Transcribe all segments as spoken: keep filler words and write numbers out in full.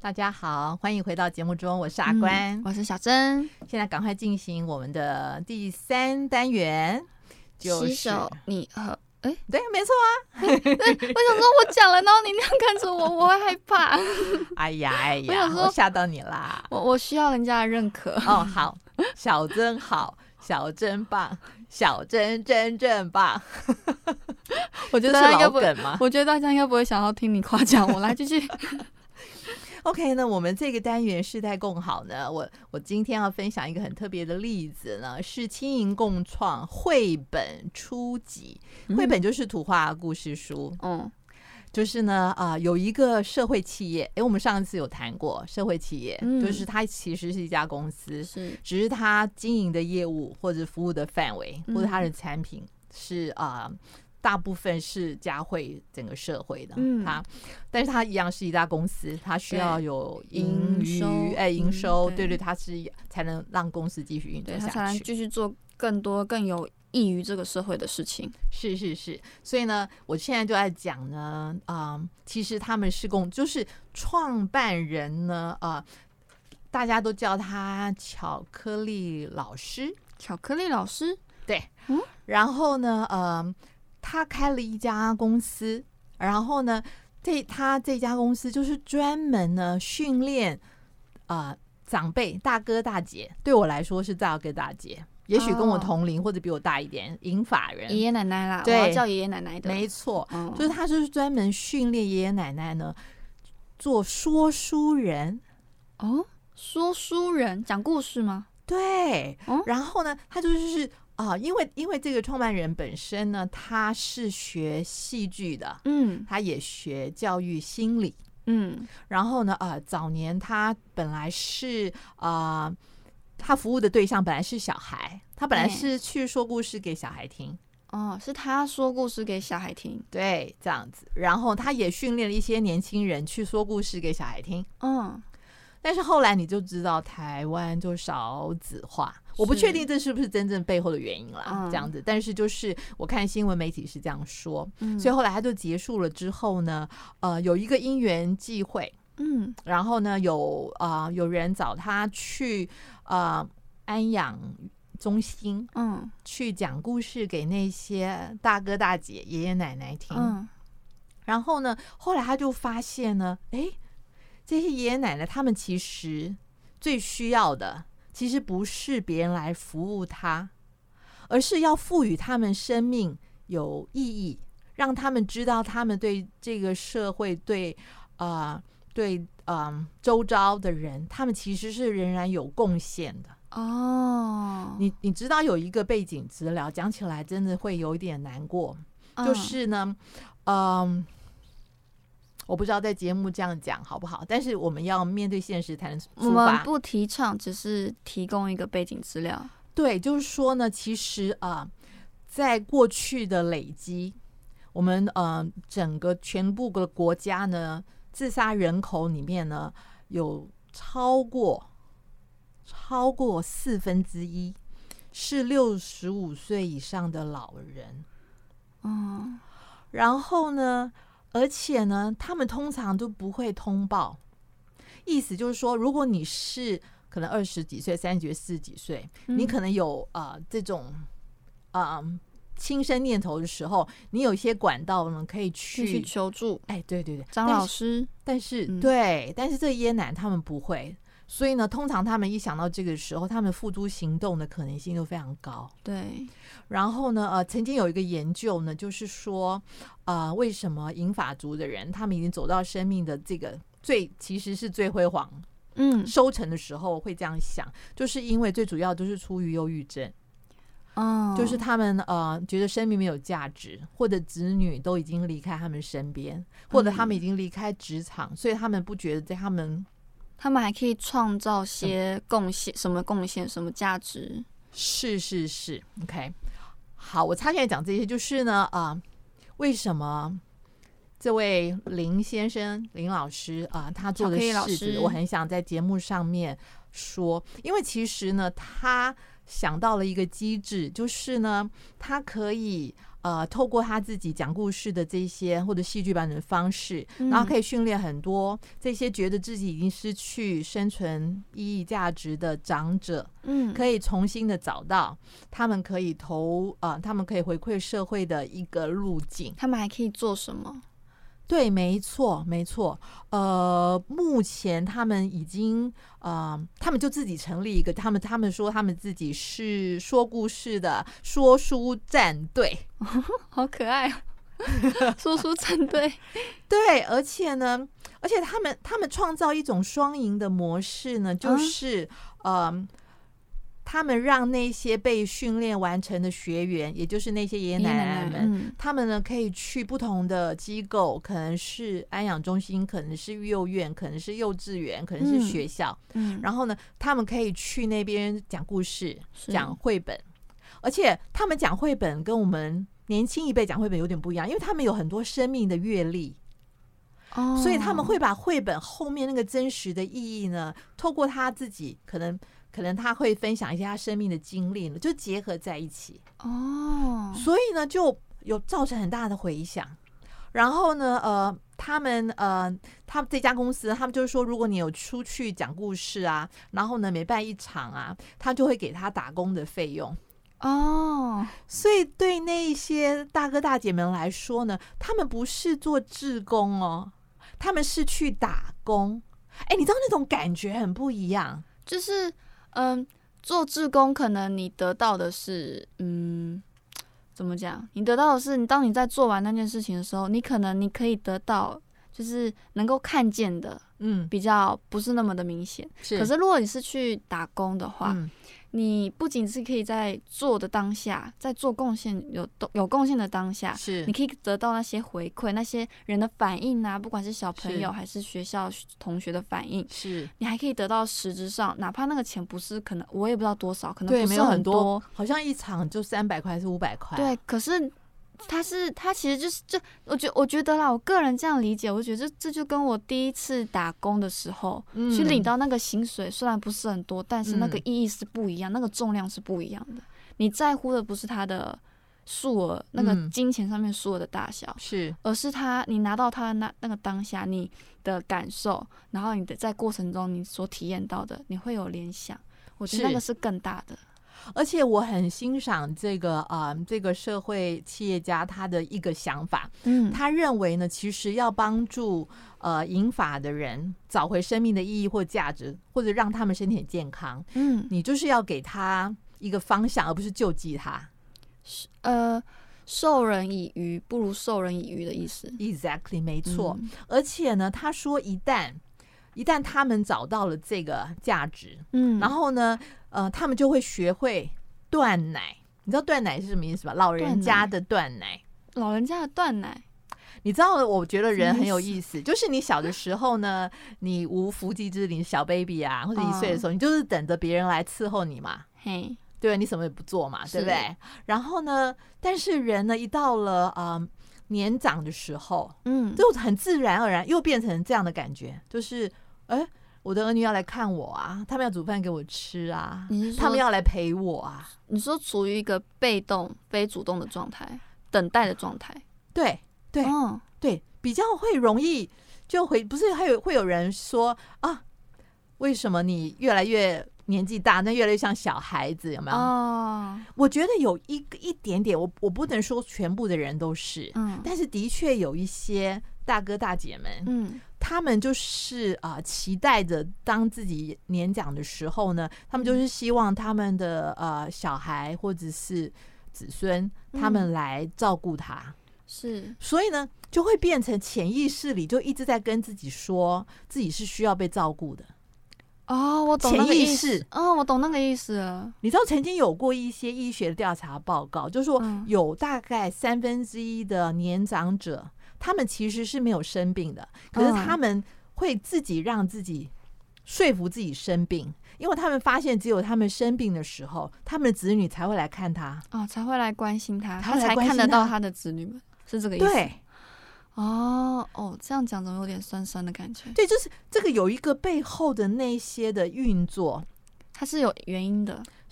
大家好，欢迎回到节目中，我是阿关、 嗯、我是小珍。 现在赶快进行我们的第三单元，就是洗手你喝。哎， 对，没错啊。 对，我想说我讲了，然后你那样看着我，我会害怕。 哎呀哎呀，我吓到你啦！ 我我需要人家的认可。 哦，好，小珍好，小珍棒，小珍真正棒。 我觉得大家应该不，我觉得大家应该不会想要听你夸奖我。来继续。 OK， 那我们这个单元世代共好呢，我我今天要分享一个很特别的例子呢，是青银共创绘本初级，绘本就是图画故事书，嗯，就是呢，啊、呃，有一个社会企业，哎，我们上一次有谈过社会企业，嗯、就是它其实是一家公司，是，只是它经营的业务或者服务的范围、嗯、或者它的产品是啊。呃大部分是嘉惠整个社会的，嗯，它，但是它一样是一家公司，它需要有盈余，哎，营收，对对，它是才能让公司继续运作下去， 它才能继续做更多更有益于这个社会的事情。 是是是，所以呢，我现在就在讲呢，啊、呃，其实他们是共，就是创办人呢，啊、呃，大家都叫他巧克力老师， 巧克力老师， 对，嗯，然后呢，呃。他开了一家公司，然后呢，这他这家公司就是专门呢训练啊、呃、长辈大哥大姐，对我来说是大哥大姐，也许跟我同龄、哦、或者比我大一点，银发人爷爷奶奶啦， 对， 我要叫爷爷奶奶的， 没错，嗯、就是他就是专门训练爷爷奶奶呢做说书人哦，说书人讲故事吗？ 对，嗯、然后呢，他就是。啊，因为因为这个创办人本身呢，他是学戏剧的，嗯，他也学教育心理，嗯，然后呢，呃，早年他本来是呃，他服务的对象本来是小孩，他本来是去说故事给小孩听， 哦，是他说故事给小孩听， 对，这样子，然后他也训练了一些年轻人去说故事给小孩听，嗯。但是后来你就知道台湾就少子化，我不确定这是不是真正背后的原因啦，嗯、这样子。但是就是我看新闻媒体是这样说，嗯、所以后来他就结束了之后呢，呃，有一个因缘际会，嗯，然后呢有啊、呃、有人找他去呃安养中心，嗯，去讲故事给那些大哥大姐、爷爷奶奶听，嗯，然后呢，后来他就发现呢，哎。这些爷爷奶奶他们其实最需要的其实不是别人来服务他，而是要赋予他们生命有意义，让他们知道他们对这个社会对呃对呃周遭的人他们其实是仍然有贡献的哦。你你知道有一个背景资料讲起来真的会有一点难过，哦、就是呢嗯。呃我不知道在节目这样讲好不好，但是我们要面对现实才能出发。 我们不提倡，只是提供一个背景资料。 对，就是说呢，其实啊、呃，在过去的累积，我们呃整个全部的国家呢，自杀人口里面呢，有超过超过四分之一是六十五岁以上的老人。嗯，然后呢？而且呢，他们通常都不会通报，意思就是说，如果你是可能二十几岁、三十几岁、四十几岁，嗯、你可能有呃这种呃轻生念头的时候，你有一些管道呢可以去去求助。 哎，对对对， 张老师， 但是、 嗯、 对，但是这椰奶他们不会。所以呢，通常他们一想到这个时候，他们付诸行动的可能性就非常高。 对， 然后呢，呃，曾经有一个研究呢，就是说，呃，为什么银发族的人，他们已经走到生命的这个最其实是最辉煌，嗯，收成的时候会这样想，就是因为最主要都是出于忧郁症。哦，就是他们呃觉得生命没有价值，或者子女都已经离开他们身边，或者他们已经离开职场，嗯、所以他们不觉得在他们。 他们还可以创造些贡献，什么贡献，什么价值？ 是是是 ，OK。好，我插进来讲这些，就是呢，啊、呃，为什么这位林先生、林老师啊、呃，他做的事子，我很想在节目上面说，因为其实呢，他想到了一个机制，就是呢，他可以呃，透过他自己讲故事的这些或者戏剧版本的方式，然后可以训练很多这些觉得自己已经失去生存意义价值的长者，嗯，可以重新的找到他们可以投呃，他们可以回馈社会的一个路径。 他们还可以做什么？ 对，没错，没错。呃，目前他们已经呃，他们就自己成立一个，他们他们说他们自己是说故事的说书战队， 好可爱哦！说书战队， 对，而且呢，而且他们他们创造一种双赢的模式呢，就是、啊、呃。他们让那些被训练完成的学员，也就是那些爷爷奶奶们，嗯、他们呢可以去不同的机构，可能是安养中心，可能是育幼院，可能是幼稚园，可能是学校。嗯，然后呢，他们可以去那边讲故事、讲绘本，而且他们讲绘本跟我们年轻一辈讲绘本有点不一样，因为他们有很多生命的阅历。哦，所以他们会把绘本后面那个真实的意义呢，透过他自己可能。可能他会分享一些他生命的经历，就结合在一起哦，所以呢就有造成很大的回响。然后呢，呃，他们呃，他们这家公司，他们就是说，如果你有出去讲故事啊，然后呢每办一场啊，他就会给他打工的费用哦。所以对那些大哥大姐们来说呢，他们不是做志工哦，他们是去打工。哎，你知道那种感觉很不一样， 就是。嗯，做志工可能你得到的是，嗯，怎么讲？你得到的是，你当你在做完那件事情的时候，你可能你可以得到，就是能够看见的，嗯，比较不是那么的明显。是，可是如果你是去打工的话，嗯，你不仅是可以在做的当下，在做贡献有有贡献的当下，是你可以得到那些回馈，那些人的反应啊，不管是小朋友还是学校同学的反应，是你还可以得到实质上，哪怕那个钱不是可能我也不知道多少，可能不是很多， 好像一场就三百块还是五百块， 对，可是。他是他其实就是这，我觉我觉得啦，我个人这样理解，我觉得这这就跟我第一次打工的时候、嗯、去领到那个薪水，虽然不是很多，但是那个意义是不一样，嗯、那个重量是不一样的。你在乎的不是它的数额，那个金钱上面数额的大小，是、嗯，而是他你拿到他的那那个当下你的感受，然后你的在过程中你所体验到的，你会有联想，我觉得那个是更大的。 而且我很欣赏这个呃这个社会企业家他的一个想法，嗯，他认为呢，其实要帮助呃银发的人找回生命的意义或价值，或者让他们身体很健康，嗯，你就是要给他一个方向，而不是救济他。 呃，授人以鱼不如授人以渔的意思。 Exactly， 没错。嗯、而且呢，他说一旦一旦他们找到了这个价值，嗯，然后呢。呃，他们就会学会断奶。你知道断奶是什么意思吧？老人家的断奶。 老人家的断奶。 你知道，我觉得人很有意思，就是你小的时候呢，你无缚鸡之力，小 baby 啊，或者一岁的时候，哦、你就是等着别人来伺候你嘛。嘿，对，你什么也不做嘛，对不对？然后呢，但是人呢，一到了呃年长的时候，嗯，就很自然而然又变成这样的感觉，就是哎。我的儿女要来看我啊，他们要煮饭给我吃啊，他们要来陪我啊。 你说处于一个被动、非主动的状态，等待的状态。 对对、嗯、对，比较会容易就会不是还有会有人说啊，为什么你越来越年纪大，那越来越像小孩子，有没有？哦，我觉得有一一点点，我我不能说全部的人都是，嗯，但是的确有一些大哥大姐们，嗯。他们就是啊、呃，期待着当自己年长的时候呢，他们就是希望他们的呃小孩或者是子孙，他们来照顾他。是、嗯，所以呢，就会变成潜意识里就一直在跟自己说，自己是需要被照顾的。 哦，我懂那个意思。哦，我懂那个意思了。 你知道曾经有过一些医学调查报告，就是说有大概三分之一的年长者。他们其实是没有生病的，可是他们会自己让自己说服自己生病，因为他们发现只有他们生病的时候，他们的子女才会来看他， 哦，才会来关心他，他才看得到他的子女们，是这个意思。 对， 哦哦，这样讲怎么有点酸酸的感觉？ 对，就是这个有一个背后的那些的运作， 它是有原因的。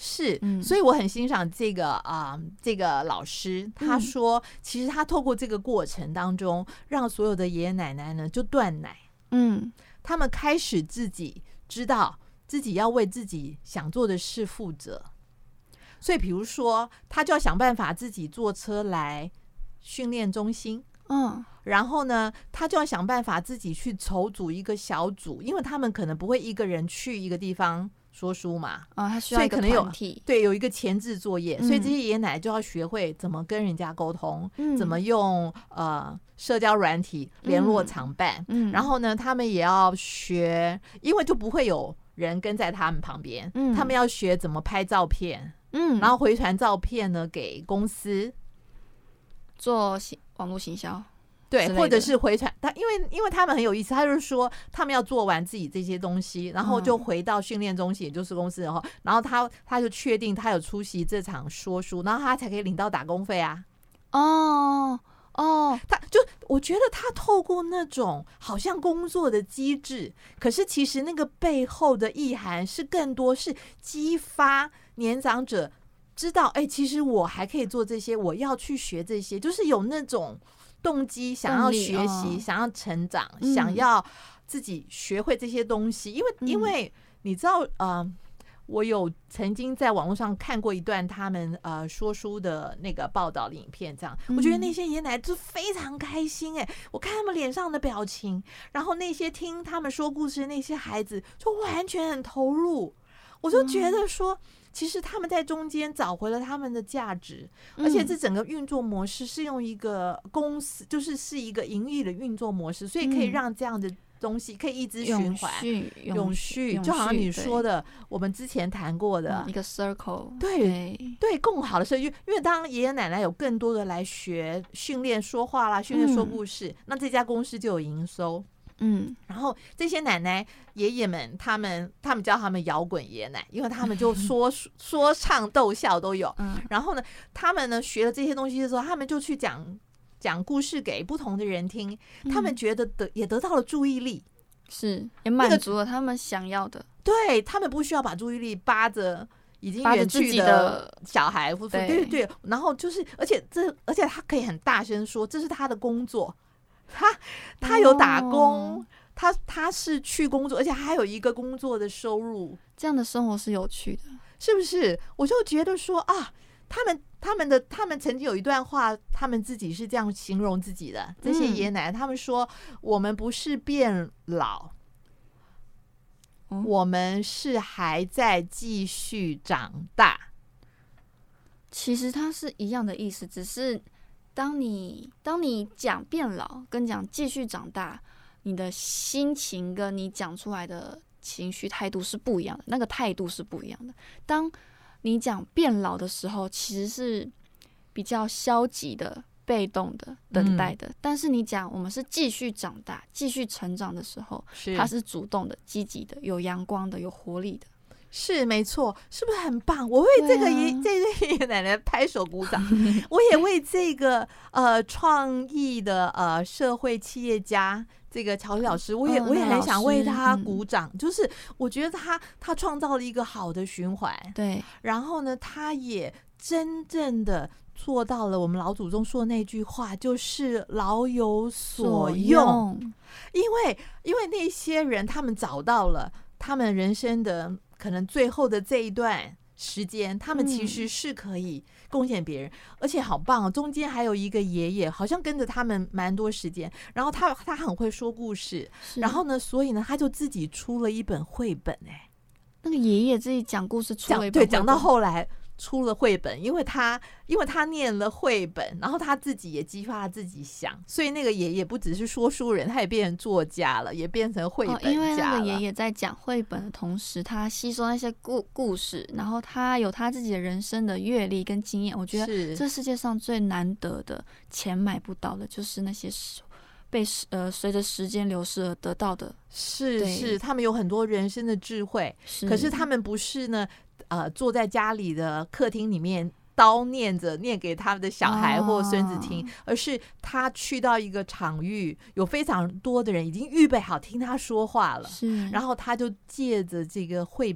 是、嗯，所以我很欣赏这个啊、呃，这个老师，他说，嗯、其实他透过这个过程当中，让所有的爷爷奶奶呢就断奶，嗯，他们开始自己知道自己要为自己想做的事负责，所以比如说，他就要想办法自己坐车来训练中心，嗯，然后呢，他就要想办法自己去筹组一个小组，因为他们可能不会一个人去一个地方说书嘛， 啊、哦，他需要一个团体， 对，有一个前置作业、嗯，所以这些爷爷奶奶就要学会怎么跟人家沟通，嗯、怎么用呃社交软体联络常伴、嗯，然后呢，他们也要学，因为就不会有人跟在他们旁边，嗯、他们要学怎么拍照片，嗯，然后回传照片呢给公司做网络行销。 对，或者是回传他，因为因为他们很有意思，他就是说他们要做完自己这些东西，然后就回到训练中心，也就是公司，然后然后他他就确定他有出席这场说书，然后他才可以领到打工费啊。哦哦，他就我觉得他透过那种好像工作的机制，可是其实那个背后的意涵是更多是激发年长者知道，哎，其实我还可以做这些，我要去学这些，就是有那种动机，想要学习、哦、想要成长、嗯、想要自己学会这些东西，因为、嗯、因为你知道呃，我有曾经在网络上看过一段他们呃说书的那个报道的影片，这样、嗯、我觉得那些爷爷奶奶就非常开心哎、欸，我看他们脸上的表情，然后那些听他们说故事的那些孩子就完全很投入，我就觉得说、嗯其实他们在中间找回了他们的价值，而且这整个运作模式是用一个公司，就是是一个盈利的运作模式，所以可以让这样的东西可以一直循环、永续，就好像你说的，我们之前谈过的一个 circle， 对对，更好的社区。因为当爷爷奶奶有更多的来学训练说话啦，训练说故事，嗯、那这家公司就有营收。嗯，然后这些奶奶爷爷们，他们他们叫他们摇滚爷爷奶，因为他们就说说唱逗笑都有。嗯，然后呢，他们呢学了这些东西的时候，他们就去讲讲故事给不同的人听，他们觉得得也得到了注意力， 是也满足了他们想要的。 对，他们不需要把注意力扒着已经远去的小孩，对对对，然后就是而且这而且他可以很大声说这是他的工作。他他有打工，哦、他他是去工作，而且还有一个工作的收入， 这样的生活是有趣的， 是不是？我就觉得说啊，他们他们的他们曾经有一段话，他们自己是这样形容自己的，这些爷爷奶奶，他们说我们不是变老，嗯、我们是还在继续长大。 其实它是一样的意思，只是。当你当你讲变老跟讲继续长大，你的心情跟你讲出来的情绪态度是不一样的，那个态度是不一样的。当你讲变老的时候，其实是比较消极的、被动的、等待的；嗯、但是你讲我们是继续长大、继续成长的时候，它是主动的、积极的、有阳光的、有活力的。 是没错，是不是很棒？我为这个爷、啊、这对爷爷奶奶拍手鼓掌。我也为这个呃创意的呃社会企业家这个乔丽老师，我也、嗯、我也很想为他鼓掌。嗯、就是我觉得他他创造了一个好的循环， 对。 然后呢，他也真正的做到了我们老祖宗说的那句话，就是老有所用。所用因为因为那些人他们找到了他们人生的。可能最后的这一段时间，他们其实是可以贡献别人、嗯，而且好棒哦！中间还有一个爷爷，好像跟着他们蛮多时间，然后他他很会说故事，然后呢，所以呢，他就自己出了一本绘本、欸。哎， 那个爷爷自己讲故事出了一本绘本，对，讲到后来。出了绘本，因为他因为他念了绘本，然后他自己也激发了自己想，所以那个爷爷不只是说书人，他也变成作家了，也变成绘本家了、哦、 因为那个爷爷在讲绘本的同时，他吸收那些故故事，然后他有他自己的人生的阅历跟经验。我觉得这世界上最难得的，钱买不到的，就是那些被呃随着时间流逝而得到的。 是是，他们有很多人生的智慧，是可是他们不是呢。呃，坐在家里的客厅里面叨念着念给他们的小孩或孙子听、哦、而是他去到一个场域，有非常多的人已经预备好听他说话了，是然后他就借着这个绘本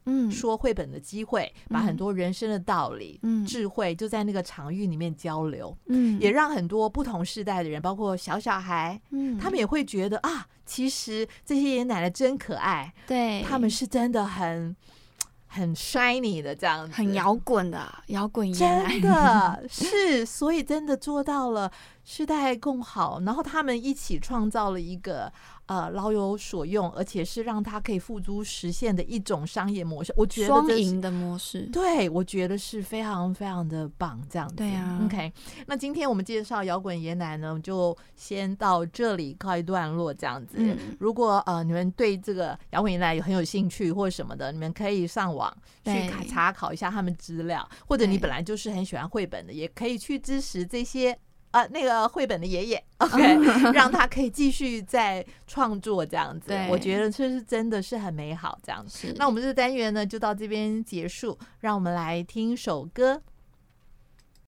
说绘本的机会，嗯、把很多人生的道理、嗯、智慧就在那个场域里面交流，嗯，也让很多不同世代的人，包括小小孩，嗯，他们也会觉得啊，其实这些爷爷奶奶真可爱， 对， 他们是真的很很 shiny 的这样子， 很摇滚的摇滚爷奶， 真的是，所以真的做到了世代共好，然后他们一起创造了一个呃老有所用，而且是让它可以付诸实现的一种商业模式。我觉得双赢的模式， 对，我觉得是非常非常的棒，这样子。 对啊 ，OK。那今天我们介绍摇滚爷奶呢，就先到这里告一段落，这样子。嗯、如果呃你们对这个摇滚爷奶有很有兴趣或者什么的，你们可以上网去查考一下他们资料，或者你本来就是很喜欢绘本的，也可以去支持这些。呃，那个绘本的爷爷 ，OK， 让他可以继续在创作这样子，我觉得这是真的是很美好这样子。那我们这个单元呢就到这边结束，让我们来听首歌。